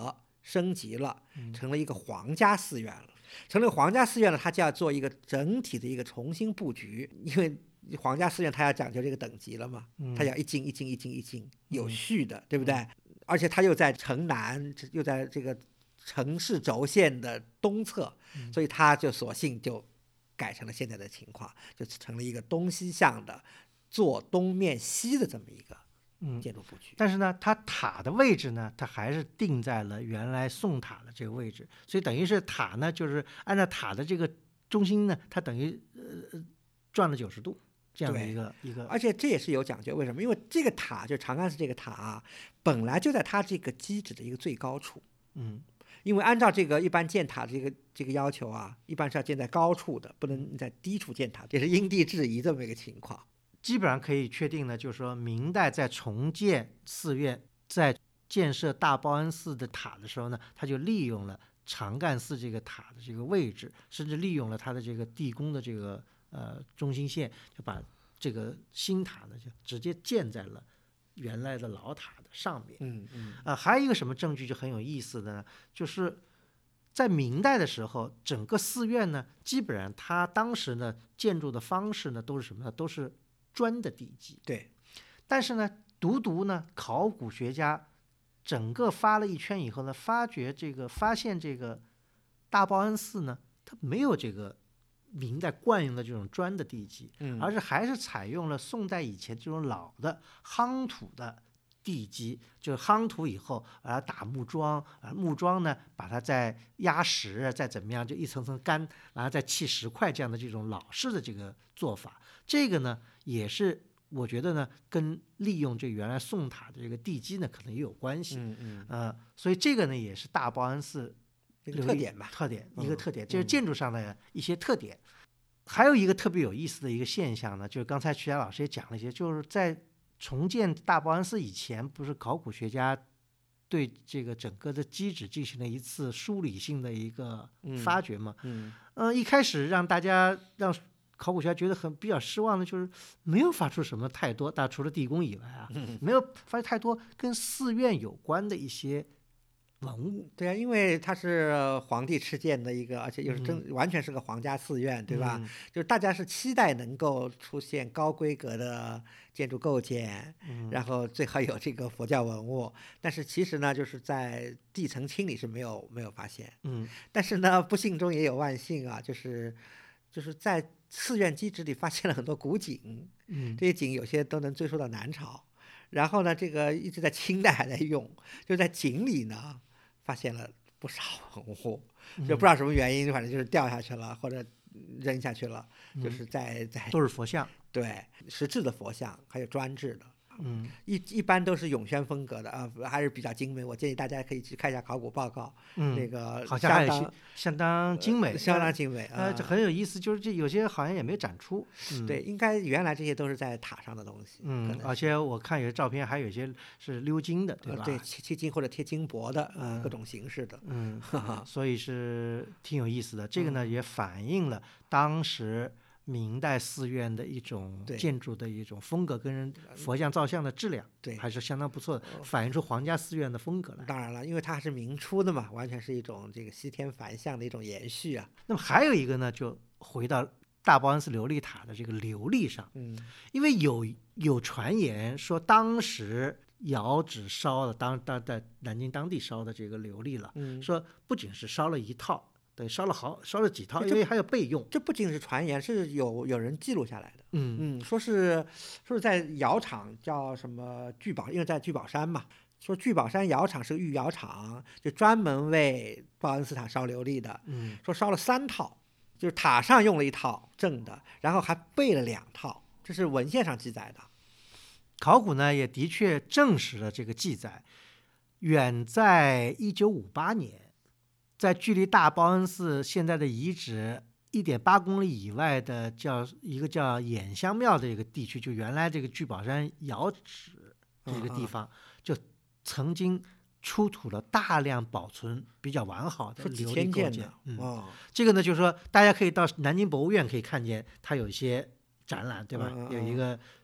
升级了，成了一个皇家寺院了。成了皇家寺院呢，它就要做一个整体的一个重新布局，因为皇家寺院它要讲究这个等级了嘛，它要一进一进一进一进有序的，对不对？而且它又在城南，又在这个城市轴线的东侧，所以它就索性就改成了现在的情况，就成了一个东西向的坐东面西的这么一个建筑布局。 但是呢，它塔的位置呢，它还是定在了原来宋塔的这个位置，所以等于是塔呢，就是按照塔的这个中心呢，它等于转了90度这样的一个。 而且这也是有讲究，为什么？因为这个塔就长安寺这个塔啊，本来就在它这个基址的一个最高处。因为按照这个一般建塔这个要求啊，一般是要建在高处的，不能在低处建塔，这是因地制宜这么一个情况。 基本上可以确定呢，就是说明代在重建寺院，在建设大报恩寺的塔的时候呢，他就利用了长干寺这个塔的这个位置，甚至利用了它的这个地宫的这个中心线，就把这个新塔呢就直接建在了原来的老塔的上面。还有一个什么证据就很有意思的呢，就是在明代的时候，整个寺院呢，基本上它当时呢建筑的方式呢都是什么呢？都是砖的地基。 对。 但是呢，独呢，考古学家整个发了一圈以后呢，发现这个大报恩寺呢，它没有这个明代惯用的这种砖的地基，而是还是采用了宋代以前这种老的夯土的地基，就是夯土以后打木桩，木桩呢把它再压实，再怎么样就一层层干，然后再砌石块，这样的这种老式的这个做法，这个呢也是我觉得呢跟利用这原来宋塔的这个地基呢可能也有关系。所以这个呢也是大报恩寺一个特点吧， 一个特点，就是建筑上的一些特点。还有一个特别有意思的一个现象呢，就是刚才曲霞老师也讲了一些，就是在重建大报恩寺以前，不是考古学家对这个整个的基址进行了一次梳理性的一个发掘嘛？一开始让考古学家觉得比较失望的，就是没有发出什么太多，除了地宫以外啊，没有发现太多跟寺院有关的一些文物。 对啊，因为它是皇帝敕建的一个，而且又是完全是个皇家寺院，对吧？就是大家是期待能够出现高规格的建筑构件，然后最好有这个佛教文物。但是其实呢，就是在地层清理是没有发现。但是呢，不幸中也有万幸啊，就是在寺院基址里发现了很多古井，这些井有些都能追溯到南朝。然后呢，这个一直在清代还在用，就在井里呢发现了不少文物，就不知道什么原因，反正就是掉下去了或者扔下去了，就是在都是佛像， 对，石质的佛像，还有砖制的。一般都是永宣风格的啊，还是比较精美。我建议大家可以去看一下考古报告，那个好像还有相当精美， 相当精美。 这很有意思，就是这有些好像也没展出。 对，应该原来这些都是在塔上的东西。 而且我看有些照片，还有一些是鎏金的，对吧？ 对，砌金或者贴金箔的，各种形式的。 所以是挺有意思的。这个呢，也反映了当时明代寺院的一种建筑的一种风格，跟佛像造像的质量，还是相当不错的，反映出皇家寺院的风格来。 当然了，因为它还是明初的嘛，完全是一种这个西天梵像的一种延续啊。 那么还有一个呢，就回到大报恩寺琉璃塔的这个琉璃上，因为有传言说当时窑址烧的在南京当地烧的这个琉璃了，说不仅是烧了一套。对，烧了几套，因为还有备用。 这不仅是传言，是有人记录下来的。说是在窑厂叫什么聚宝，因为在聚宝山嘛。说聚宝山窑厂是个御窑厂，就专门为报恩寺塔烧琉璃的。说烧了3套，就是塔上用了1套正的，然后还备了2套，这是文献上记载的。 考古呢也的确证实了这个记载。远在1958年。在距离大报恩寺现在的遗址1.8公里以外的一个叫衍香庙的一个地区，就原来这个聚宝山窑址这个地方，就曾经出土了大量保存比较完好的琉璃构件。这个呢，就是说大家可以到南京博物院可以看见，它有一些展览，对吧？有一个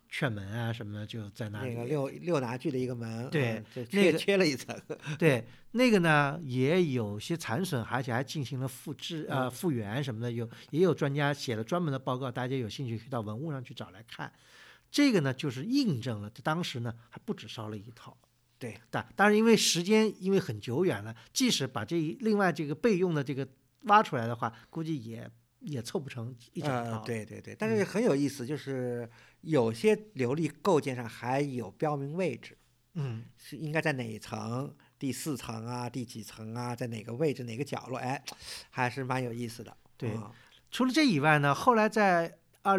券门啊什么就在那里。 那个六拿具的一个门， 对， 就那个缺了一层。 对，那个呢也有些残损，而且还进行了复原什么的，也有专家写了专门的报告，大家有兴趣可以到文物上去找来看。这个呢就是印证了当时呢还不止烧了一套。 对， 当然因为时间因为很久远了，即使把另外这个备用的这个挖出来的话，估计也凑不成一整套。 对，但是很有意思，就是有些琉璃构件上还有标明位置，是应该在哪一层，第4层啊，第几层啊，在哪个位置哪个角落，哎，还是蛮有意思的。 对，除了这以外呢，后来在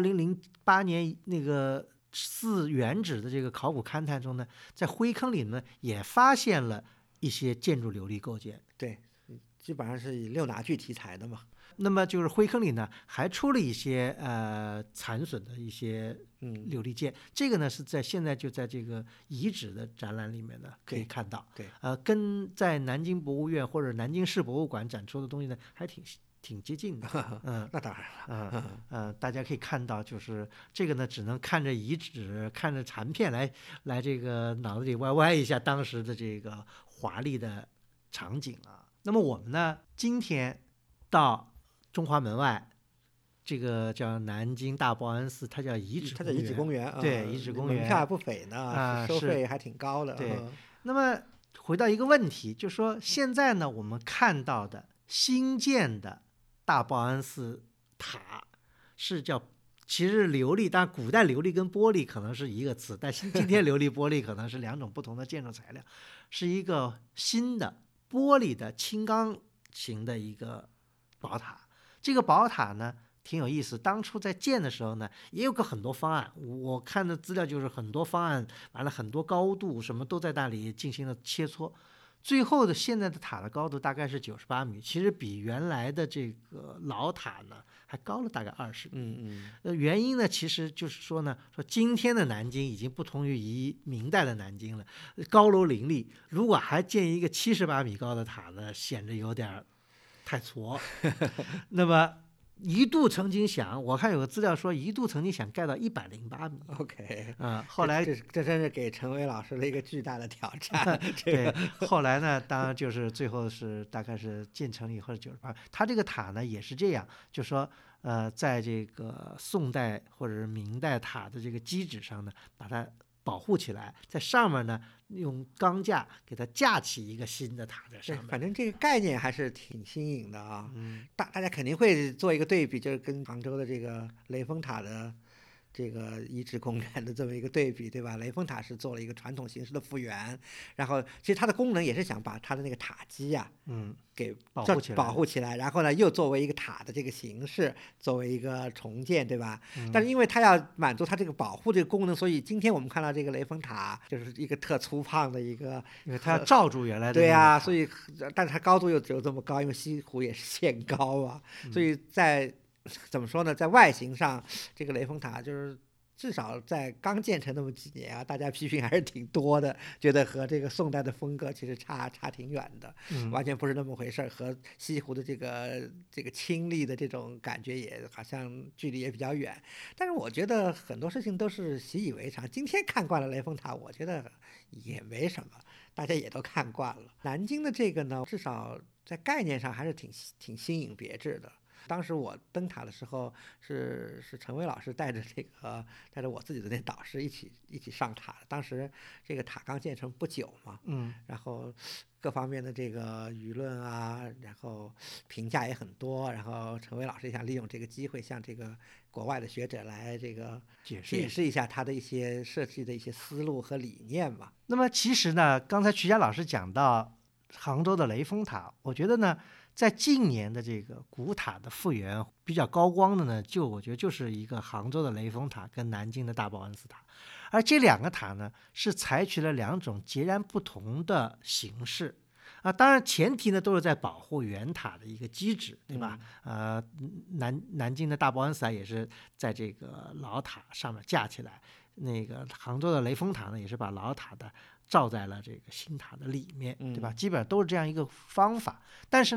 2008年那个4原址的这个考古勘探中呢，在灰坑里呢也发现了一些建筑琉璃构件。 对，基本上是以六拿具题材的嘛。 那么就是灰坑里呢还出了一些残损的一些琉璃件，这个呢是现在就在这个遗址的展览里面呢可以看到。 对， 跟在南京博物院或者南京市博物馆展出的东西呢还挺接近的。 那当然了。大家可以看到，就是这个呢，只能看着遗址、看着残片来这个脑子里歪一下当时的这个华丽的场景啊。那么我们呢，今天到中华门外，这个叫南京大报恩寺，它叫遗址公园。 对，遗址公园门票还不菲呢，收费还挺高的。 对。那么回到一个问题，就是说现在呢，我们看到的新建的大报恩寺塔是其实琉璃，当然古代琉璃跟玻璃可能是一个词，但今天琉璃玻璃可能是2种不同的建筑材料，是一个新的玻璃的轻钢型的一个宝塔。这个宝塔呢挺有意思，当初在建的时候呢也有很多方案，我看的资料就是很多方案，完了很多高度什么都在那里进行了切磋，最后的现在的塔的高度大概是98米，其实比原来的这个老塔呢还高了大概20米。原因呢其实就是说今天的南京已经不同于明代的南京了，高楼林立，如果还建一个78米高的塔呢，显得有点太矬。那么一度曾经想，我看有个资料说一度曾经想盖到108米。 OK， 后来这真是给陈伟老师的一个巨大的挑战。 对，后来呢，当然就是最后是大概是建成以后98米。它这个塔呢也是这样，就说在这个宋代或者是明代塔的这个基址上呢，把它保护起来，在上面呢用钢架给它架起一个新的塔在上面。 反正这个概念还是挺新颖的啊。大家肯定会做一个对比，就是跟杭州的这个雷峰塔的这个遗址公园的这么一个对比，对吧？雷峰塔是做了一个传统形式的复原，然后其实它的功能也是想把它的那个塔基啊，给保护起来，然后呢又作为一个塔的这个形式，作为一个重建，对吧？但是因为它要满足它这个保护这个功能，所以今天我们看到这个雷峰塔就是一个特粗胖的一个， 因为它要罩住原来的对啊，所以但是它高度又只有这么高，因为西湖也是限高啊，所以怎么说呢，在外形上，这个雷峰塔就是至少在刚建成那么几年啊，大家批评还是挺多的，觉得和这个宋代的风格其实差挺远的，完全不是那么回事，和西湖的这个清丽的这种感觉也好像距离也比较远。但是我觉得很多事情都是习以为常，今天看惯了雷峰塔，我觉得也没什么，大家也都看惯了。南京的这个呢，至少在概念上还是挺新颖别致的。当时我登塔的时候是陈伟老师带着我自己的那导师一起上塔的。当时这个塔刚建成不久嘛，然后各方面的这个舆论啊，然后评价也很多，然后陈伟老师也想利用这个机会向这个国外的学者来这个解释一下他的一些设计的一些思路和理念嘛。 那么其实呢，刚才瞿佳老师讲到杭州的雷峰塔，我觉得呢，在近年的这个古塔的复原比较高光的呢，我觉得就是一个杭州的雷峰塔跟南京的大报恩寺塔，而这2个塔呢是采取了2种截然不同的形式啊。当然前提呢都是在保护原塔的一个基址，对吧？南京的大报恩寺塔也是在这个老塔上面架起来，那个杭州的雷峰塔呢也是把老塔的罩在了这个新塔的里面，对吧？基本上都是这样一个方法。但是呢，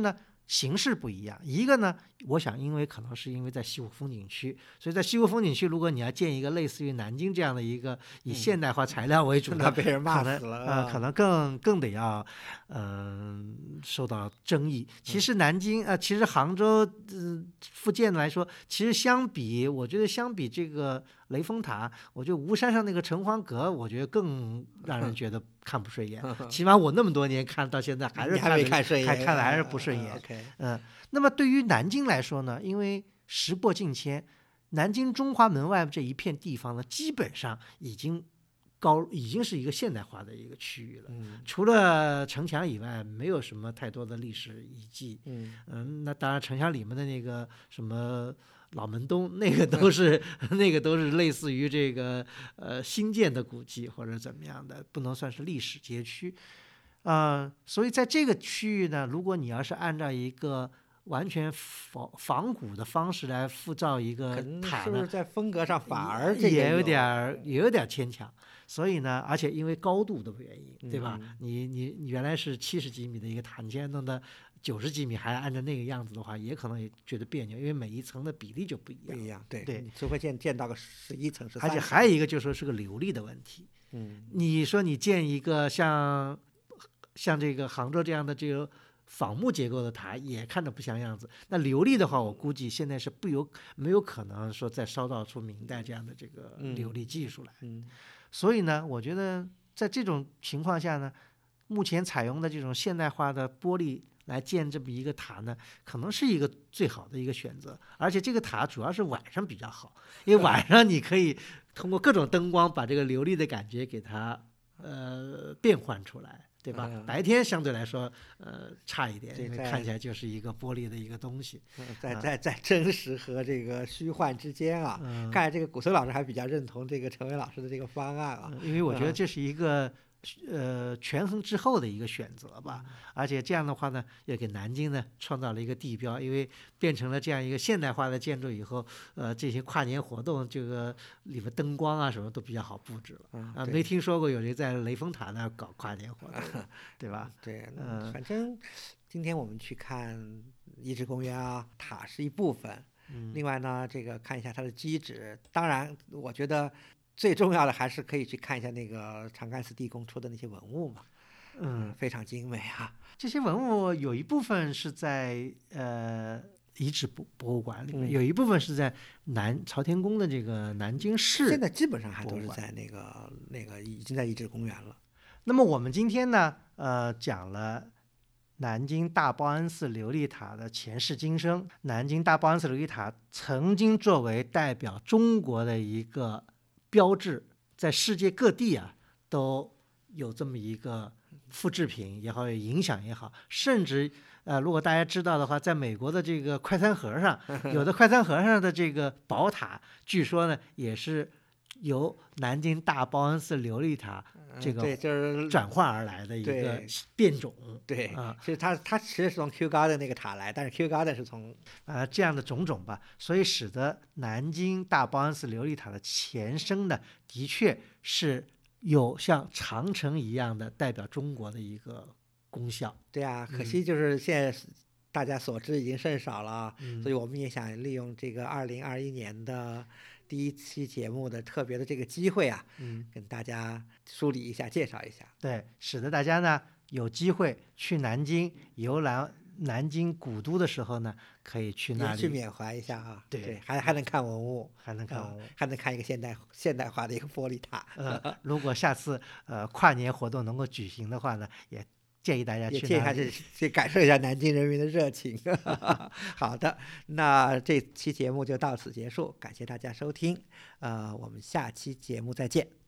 形式不一样，一个呢，我想可能是因为在西湖风景区，所以在西湖风景区，如果你要建一个类似于南京这样的一个以现代化材料为主的， 那被人骂死了， 可能更得要受到争议。其实南京其实杭州福建来说，其实我觉得相比这个雷峰塔，我觉得吴山上那个城隍阁，我觉得更让人觉得看不顺眼。起码我那么多年看到现在还是看的还是不顺眼。那么对于南京来说呢，因为时过境迁，南京中华门外这一片地方呢，基本上已经是一个现代化的一个区域了。除了城墙以外，没有什么太多的历史遗迹。那当然，城墙里面的那个什么老门东，那个都是类似于这个新建的古迹或者怎么样的，不能算是历史街区。所以在这个区域呢，如果你要是按照一个完全仿古的方式来复造一个塔呢， 是不是在风格上反而也有点牵强？所以呢，而且因为高度的原因，对吧？你原来是70几米的一个塔，你现在弄到90几米，还按照那个样子的话，也可能也觉得别扭，因为每一层的比例就不一样。对， 除非建到个11层、13层。 而且还有一个就是说是个流力的问题。你说你建一个像这个杭州这样的这个仿木结构的塔，也看着不像样子。那流力的话，我估计现在是没有可能说再烧造出明代这样的这个流力技术来。所以呢，我觉得在这种情况下呢，目前采用的这种现代化的玻璃来建这么一个塔呢，可能是一个最好的一个选择。而且这个塔主要是晚上比较好，因为晚上你可以通过各种灯光把这个流力的感觉给它变换出来。对吧？白天相对来说，差一点，因为看起来就是一个玻璃的一个东西。 在真实和这个虚幻之间啊，看来这个古森老师还比较认同这个陈伟老师的这个方案啊， 因为我觉得这是一个权衡之后的一个选择吧。而且这样的话呢，也给南京呢创造了一个地标，因为变成了这样一个现代化的建筑以后，这些跨年活动，这个里面灯光啊什么都比较好布置了。没听说过有人在雷峰塔那搞跨年活动，对吧？ 对，反正今天我们去看遗址公园啊，塔是一部分，另外呢，这个看一下它的基址。当然，我觉得最重要的还是可以去看一下那个长干寺地宫出的那些文物嘛，非常精美啊。 这些文物有一部分是在遗址博物馆里面，有一部分是在朝天宫的这个南京市， 现在基本上还都是在那个已经在遗址公园了。 那么我们今天呢，讲了南京大报恩寺琉璃塔的前世今生。南京大报恩寺琉璃塔曾经作为代表中国的一个标志，在世界各地啊都有这么一个复制品也好，有影响也好，甚至如果大家知道的话，在美国的这个快餐盒上，有的快餐盒上的这个宝塔，据说呢也是由南京大报恩寺琉璃塔这个就是转换而来的一个变种。 对，其实它其实是从 Kew Garden 那个塔来，但是 Kew Garden 是从这样的种种吧，所以使得南京大报恩寺琉璃塔的前身呢，的确是有像长城一样的代表中国的一个功效。 对啊，可惜就是现在大家所知已经甚少了，所以我们也想利用这个2021年的第一期节目的特别的这个机会啊，跟大家梳理一下，介绍一下。 对，使得大家呢有机会去南京游览南京古都的时候呢，可以去那里去缅怀一下啊。 对， 还能看文物， 还能看文物， 还能看一个现代化的一个玻璃塔。 如果下次跨年活动能够举行的话呢，也建议大家去感受一下南京人民的热情。好的，那这期节目就到此结束，感谢大家收听，我们下期节目再见。